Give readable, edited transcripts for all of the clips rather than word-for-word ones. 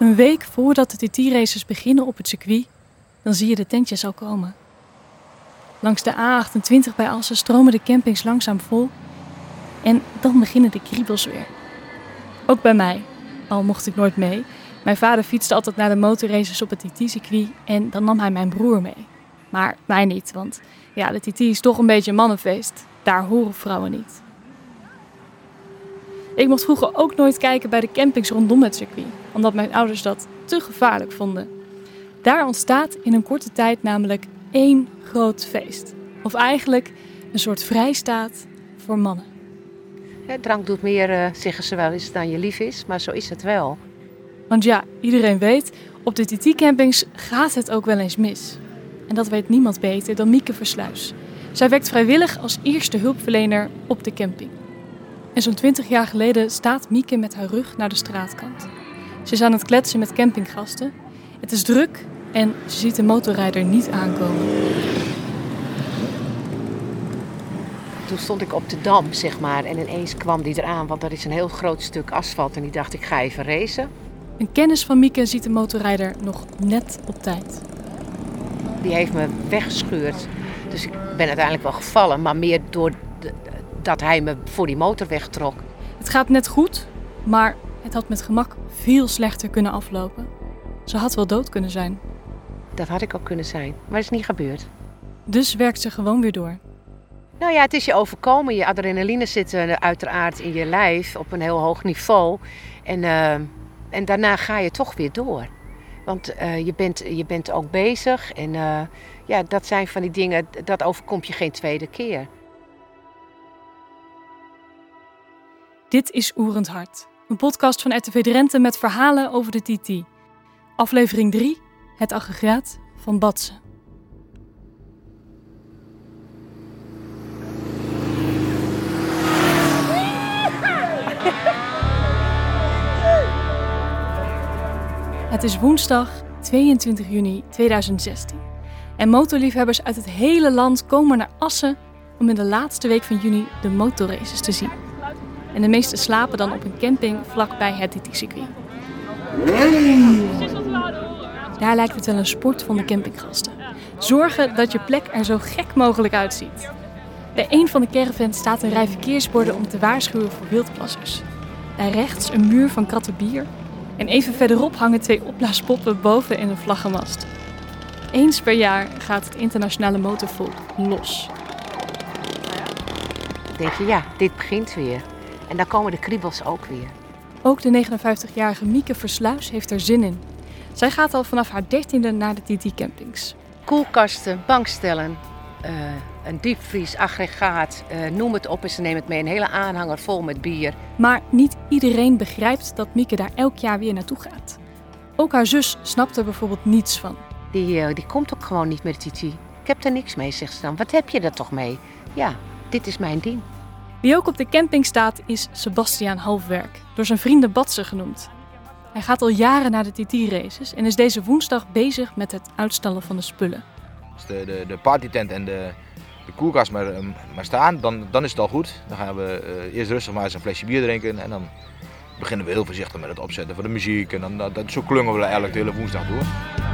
Een week voordat de TT-races beginnen op het circuit, dan zie je de tentjes al komen. Langs de A28 bij Assen stromen de campings langzaam vol en dan beginnen de kriebels weer. Ook bij mij, al mocht ik nooit mee. Mijn vader fietste altijd naar de motorraces op het TT-circuit en dan nam hij mijn broer mee. Maar mij niet, want ja, de TT is toch een beetje een mannenfeest. Daar horen vrouwen niet. Ik mocht vroeger ook nooit kijken bij de campings rondom het circuit, omdat mijn ouders dat te gevaarlijk vonden. Daar ontstaat in een korte tijd namelijk één groot feest. Of eigenlijk een soort vrijstaat voor mannen. Ja, drank doet meer, zeggen ze wel eens, dan je lief is, maar zo is het wel. Want ja, iedereen weet, op de TT-campings gaat het ook wel eens mis. En dat weet niemand beter dan Mieke Versluis. Zij werkt vrijwillig als eerste hulpverlener op de camping. En zo'n 20 jaar geleden staat Mieke met haar rug naar de straatkant. Ze is aan het kletsen met campinggasten. Het is druk en ze ziet de motorrijder niet aankomen. Toen stond ik op de Dam, zeg maar, en ineens kwam die eraan, want er is een heel groot stuk asfalt. En die dacht, ik ga even racen. Een kennis van Mieke ziet de motorrijder nog net op tijd. Die heeft me weggescheurd. Dus ik ben uiteindelijk wel gevallen, maar meer door dat hij me voor die motor wegtrok. Het gaat net goed, maar het had met gemak veel slechter kunnen aflopen. Ze had wel dood kunnen zijn. Dat had ik ook kunnen zijn, maar het is niet gebeurd. Dus werkt ze gewoon weer door. Nou ja, het is je overkomen. Je adrenaline zit uiteraard in je lijf op een heel hoog niveau. En daarna ga je toch weer door. Want je bent ook bezig. En ja, dat zijn van die dingen, dat overkomt je geen tweede keer. Dit is Oerend Hart. Een podcast van RTV Drenthe met verhalen over de TT. Aflevering 3, het aggregaat van Batsen. Het is woensdag 22 juni 2016. En motorliefhebbers uit het hele land komen naar Assen om in de laatste week van juni de motorraces te zien. En de meesten slapen dan op een camping vlakbij het TT-circuit. Daar lijkt het wel een sport van de campinggasten. Zorgen dat je plek er zo gek mogelijk uitziet. Bij een van de caravans staat een rij verkeersborden om te waarschuwen voor wildplassers. Daar rechts een muur van kratten bier. En even verderop hangen 2 opblaaspoppen boven in een vlaggenmast. Eens per jaar gaat het internationale motorvolk los. Dan denk je, ja, dit begint weer. En dan komen de kriebels ook weer. Ook de 59-jarige Mieke Versluis heeft er zin in. Zij gaat al vanaf haar 13e naar de TT-campings. Koelkasten, bankstellen, een diepvries, aggregaat, noem het op en ze nemen het mee. Een hele aanhanger vol met bier. Maar niet iedereen begrijpt dat Mieke daar elk jaar weer naartoe gaat. Ook haar zus snapt er bijvoorbeeld niets van. Die komt ook gewoon niet met de TT. Ik heb er niks mee, zegt ze dan. Wat heb je er toch mee? Ja, dit is mijn ding. Wie ook op de camping staat is Sebastiaan Halfwerk, door zijn vrienden Batsen genoemd. Hij gaat al jaren naar de TT-races en is deze woensdag bezig met het uitstallen van de spullen. Als de partytent en de koelkast maar staan, dan is het al goed. Dan gaan we eerst rustig maar eens een flesje bier drinken en dan beginnen we heel voorzichtig met het opzetten van de muziek. En dan zo klungen we eigenlijk de hele woensdag door.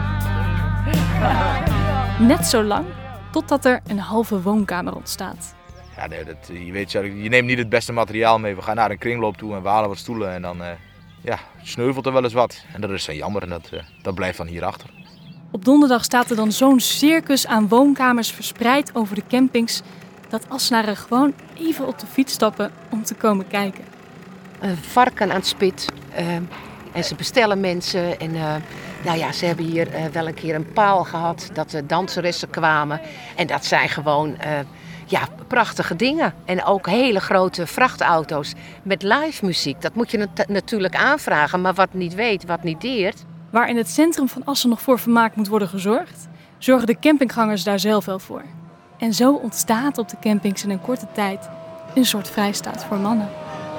Net zo lang totdat er een halve woonkamer ontstaat. Ja, je weet, je neemt niet het beste materiaal mee. We gaan naar een kringloop toe en we halen wat stoelen en dan sneuvelt er wel eens wat. En dat is dan jammer en dat blijft dan hierachter. Op donderdag staat er dan zo'n circus aan woonkamers verspreid over de campings, dat Assenaren gewoon even op de fiets stappen om te komen kijken. Een varken aan het spit en ze bestellen mensen. En ze hebben hier wel een keer een paal gehad dat de danseressen kwamen. En dat zijn gewoon prachtige dingen. En ook hele grote vrachtauto's met live muziek. Dat moet je natuurlijk aanvragen, maar wat niet weet, wat niet deert. Waar in het centrum van Assen nog voor vermaak moet worden gezorgd, zorgen de campinggangers daar zelf wel voor. En zo ontstaat op de campings in een korte tijd een soort vrijstaat voor mannen.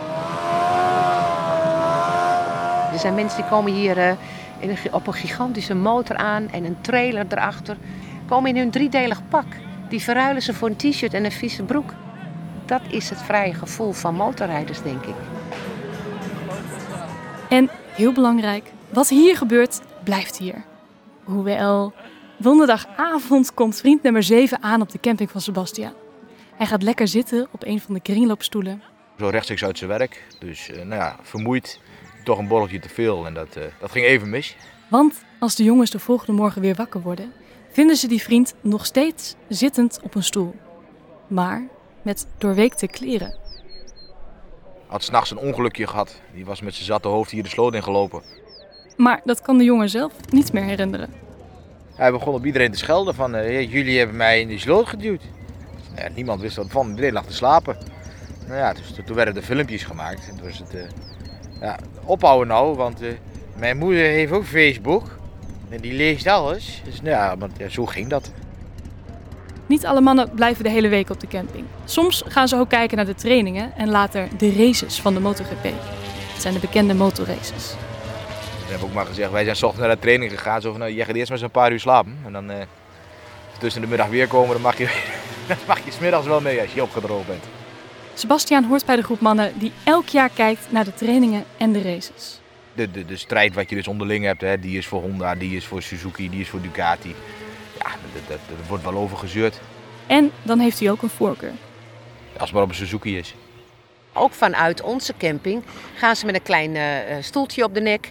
Er zijn mensen die komen hier op een gigantische motor aan en een trailer erachter. Komen in hun 3-delig pak. Die verruilen ze voor een t-shirt en een vieze broek. Dat is het vrije gevoel van motorrijders, denk ik. En heel belangrijk, Wat hier gebeurt, blijft hier. Hoewel, donderdagavond komt vriend nummer 7 aan op de camping van Sebastiaan. Hij gaat lekker zitten op een van de kringloopstoelen. Zo rechtstreeks uit zijn werk. Dus vermoeid, toch een borreltje te veel en dat ging even mis. Want als de jongens de volgende morgen weer wakker worden, vinden ze die vriend nog steeds zittend op een stoel. Maar met doorweekte kleren. Had 's nachts een ongelukje gehad. Die was met zijn zatte hoofd hier de sloot in gelopen. Maar dat kan de jongen zelf niet meer herinneren. Hij begon op iedereen te schelden van jullie hebben mij in die sloot geduwd. Niemand wist wat van, iedereen lag te slapen. Dus toen werden er filmpjes gemaakt. En toen was het ophouden nou, want mijn moeder heeft ook Facebook. En die leest alles. Dus zo ging dat. Niet alle mannen blijven de hele week op de camping. Soms gaan ze ook kijken naar de trainingen en later de races van de MotoGP. Het zijn de bekende motorraces. We hebben ook maar gezegd, wij zijn 's ochtends naar de training gegaan. Zo van, jij gaat eerst maar zo'n paar uur slapen. En dan tussen de middag weer komen, dan mag je 's middags wel mee als je opgedroogd bent. Sebastiaan hoort bij de groep mannen die elk jaar kijkt naar de trainingen en de races. De strijd wat je dus onderling hebt, hè, die is voor Honda, die is voor Suzuki, die is voor Ducati. Ja, daar wordt wel over gezeurd. En dan heeft hij ook een voorkeur. Als het maar op een Suzuki is. Ook vanuit onze camping gaan ze met een klein stoeltje op de nek.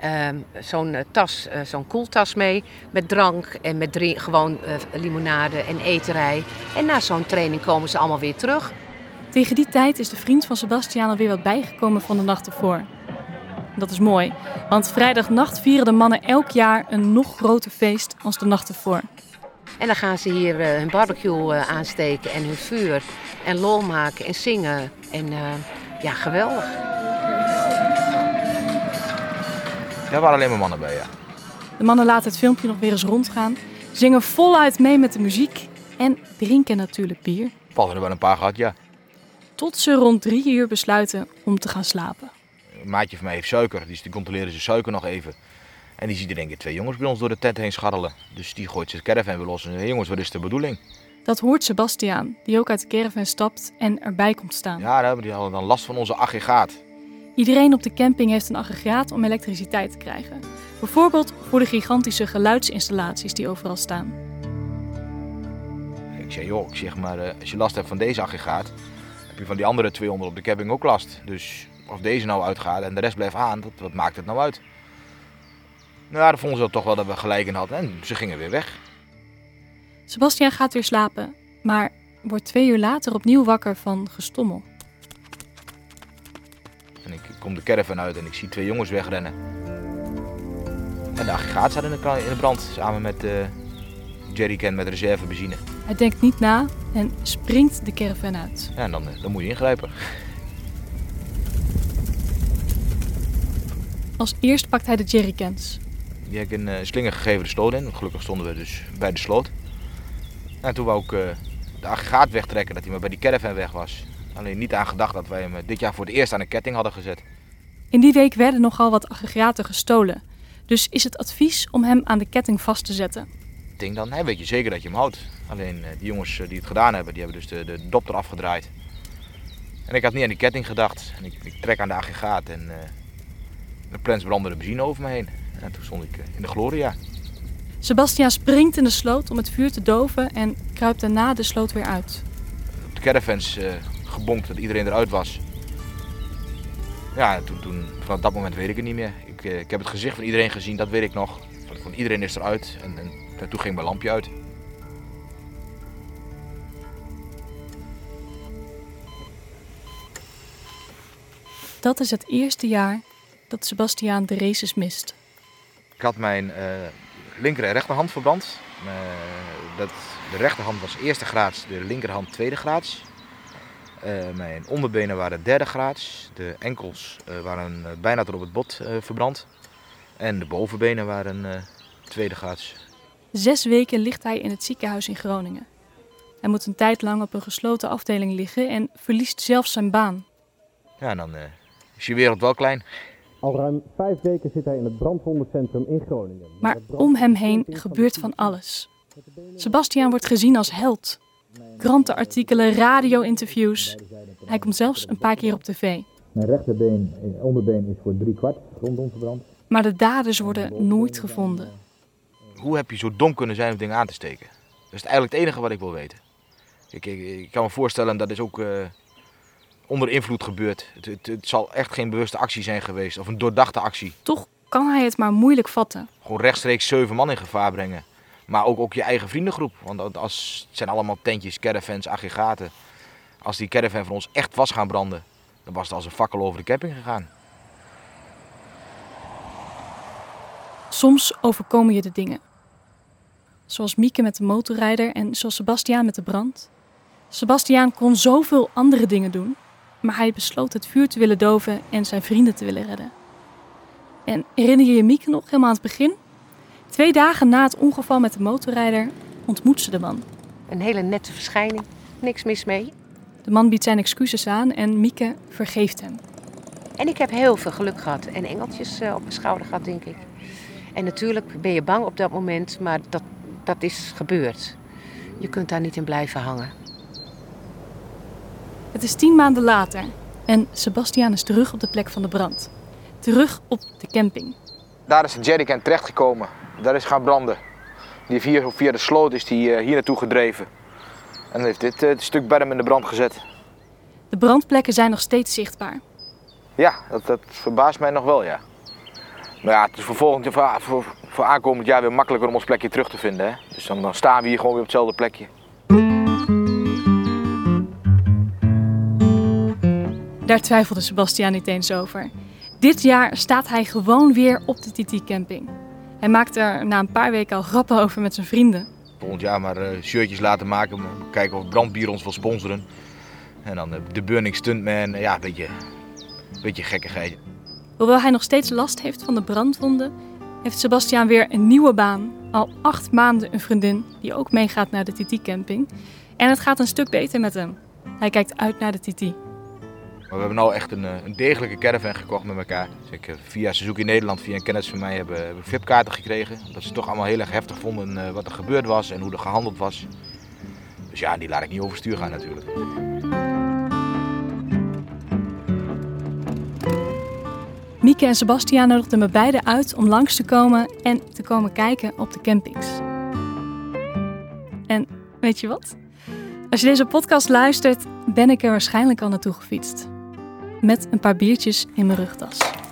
Zo'n koeltas mee met drank en met gewoon limonade en eterij. En na zo'n training komen ze allemaal weer terug. Tegen die tijd is de vriend van Sebastiaan alweer wat bijgekomen van de nacht ervoor. Dat is mooi, want vrijdagnacht vieren de mannen elk jaar een nog groter feest als de nacht ervoor. En dan gaan ze hier hun barbecue aansteken en hun vuur en lol maken en zingen. En geweldig. Daar waren alleen maar mannen bij, ja. De mannen laten het filmpje nog weer eens rondgaan, zingen voluit mee met de muziek en drinken natuurlijk bier. Paul, we hebben er wel een paar gehad, ja. Tot ze rond 3 uur besluiten om te gaan slapen. Een maatje van mij heeft suiker, dus die controleren zijn suiker nog even. En die ziet er denk ik 2 jongens bij ons door de tent heen scharrelen. Dus die gooit zijn caravan weer los en zegt, jongens, wat is de bedoeling? Dat hoort Sebastiaan, die ook uit de caravan stapt en erbij komt staan. Ja, die hadden dan last van onze aggregaat. Iedereen op de camping heeft een aggregaat om elektriciteit te krijgen. Bijvoorbeeld voor de gigantische geluidsinstallaties die overal staan. Ik zeg maar, als je last hebt van deze aggregaat, heb je van die andere 200 op de camping ook last. Dus of deze nou uitgaat en de rest blijft aan, wat maakt het nou uit? Nou, dan vonden ze toch wel dat we gelijk in hadden en ze gingen weer weg. Sebastiaan gaat weer slapen, maar wordt 2 uur later opnieuw wakker van gestommel. En ik kom de caravan uit en ik zie 2 jongens wegrennen. En de aggregaat staat in de brand, samen met de jerrycan met reservebenzine. Hij denkt niet na en springt de caravan uit. Ja, en dan moet je ingrijpen. Als eerst pakt hij de jerrycans. Die heb ik een slinger gegeven de sloot in. Gelukkig stonden we dus bij de sloot. En toen wou ik de aggregaat wegtrekken, dat hij maar bij die caravan weg was. Alleen niet aan gedacht dat wij hem dit jaar voor het eerst aan een ketting hadden gezet. In die week werden nogal wat aggregaten gestolen. Dus is het advies om hem aan de ketting vast te zetten. Ik denk dan, weet je zeker dat je hem houdt. Alleen die jongens die het gedaan hebben, die hebben dus de dop eraf gedraaid. En ik had niet aan die ketting gedacht. En ik trek aan de aggregaat en de plens brandde de benzine over me heen. En toen stond ik in de gloria. Sebastiaan springt in de sloot om het vuur te doven en kruipt daarna de sloot weer uit. Op de caravans gebonkt dat iedereen eruit was. Ja, toen vanaf dat moment weet ik het niet meer. Ik heb het gezicht van iedereen gezien, dat weet ik nog. Van iedereen is eruit en toen ging mijn lampje uit. Dat is het eerste jaar dat Sebastiaan de races mist. Ik had mijn linker en rechterhand verbrand. De rechterhand was eerste graads, de linkerhand tweede graads. Mijn onderbenen waren derde graads. De enkels waren bijna tot op het bot verbrand. En de bovenbenen waren tweede graads. 6 weken ligt hij in het ziekenhuis in Groningen. Hij moet een tijd lang op een gesloten afdeling liggen en verliest zelfs zijn baan. Ja, en dan is je wereld wel klein. Al ruim 5 weken zit hij in het brandwondencentrum in Groningen. Maar om hem heen gebeurt van alles. Sebastiaan wordt gezien als held. Krantenartikelen, radio-interviews. Hij komt zelfs een paar keer op tv. Mijn onderbeen is voor 3/4 rondom verbrand. Maar de daders worden nooit gevonden. Hoe heb je zo dom kunnen zijn om dingen aan te steken? Dat is eigenlijk het enige wat ik wil weten. Ik kan me voorstellen dat is ook onder invloed gebeurd. Het zal echt geen bewuste actie zijn geweest of een doordachte actie. Toch kan hij het maar moeilijk vatten. Gewoon rechtstreeks 7 man in gevaar brengen. Maar ook je eigen vriendengroep. Want het zijn allemaal tentjes, caravans, aggregaten. Als die caravan van ons echt was gaan branden, dan was het als een fakkel over de camping gegaan. Soms overkomen je de dingen. Zoals Mieke met de motorrijder en zoals Sebastiaan met de brand. Sebastiaan kon zoveel andere dingen doen, maar hij besloot het vuur te willen doven en zijn vrienden te willen redden. En herinner je je Mieke nog helemaal aan het begin? 2 dagen na het ongeval met de motorrijder ontmoet ze de man. Een hele nette verschijning, niks mis mee. De man biedt zijn excuses aan en Mieke vergeeft hem. En ik heb heel veel geluk gehad en engeltjes op mijn schouder gehad, denk ik. En natuurlijk ben je bang op dat moment, maar dat is gebeurd. Je kunt daar niet in blijven hangen. Het is 10 maanden later en Sebastiaan is terug op de plek van de brand. Terug op de camping. Daar is de jerrycan terechtgekomen. Daar is gaan branden. Die via de sloot is die hier naartoe gedreven. En heeft dit stuk berm in de brand gezet. De brandplekken zijn nog steeds zichtbaar. Ja, dat verbaast mij nog wel, ja. Maar ja, het is voor aankomend jaar weer makkelijker om ons plekje terug te vinden. Hè? Dus dan staan we hier gewoon weer op hetzelfde plekje. Daar twijfelde Sebastiaan niet eens over. Dit jaar staat hij gewoon weer op de TT-camping. Hij maakt er na een paar weken al grappen over met zijn vrienden. Volgend jaar maar shirtjes laten maken, kijken of Brandbier ons wil sponsoren. En dan de Burning Stuntman, ja, een beetje gekkigheid. Hoewel hij nog steeds last heeft van de brandwonden, heeft Sebastiaan weer een nieuwe baan. Al 8 maanden een vriendin die ook meegaat naar de TT-camping. En het gaat een stuk beter met hem. Hij kijkt uit naar de TT. Maar we hebben nu echt een degelijke caravan gekocht met elkaar. Dus via Suzuki Nederland, via een kennis van mij, hebben we VIP-kaarten gekregen. Omdat ze toch allemaal heel erg heftig vonden wat er gebeurd was en hoe er gehandeld was. Dus ja, die laat ik niet overstuur gaan natuurlijk. Mieke en Sebastiaan nodigden me beiden uit om langs te komen en te komen kijken op de campings. En weet je wat? Als je deze podcast luistert, ben ik er waarschijnlijk al naartoe gefietst. Met een paar biertjes in mijn rugtas.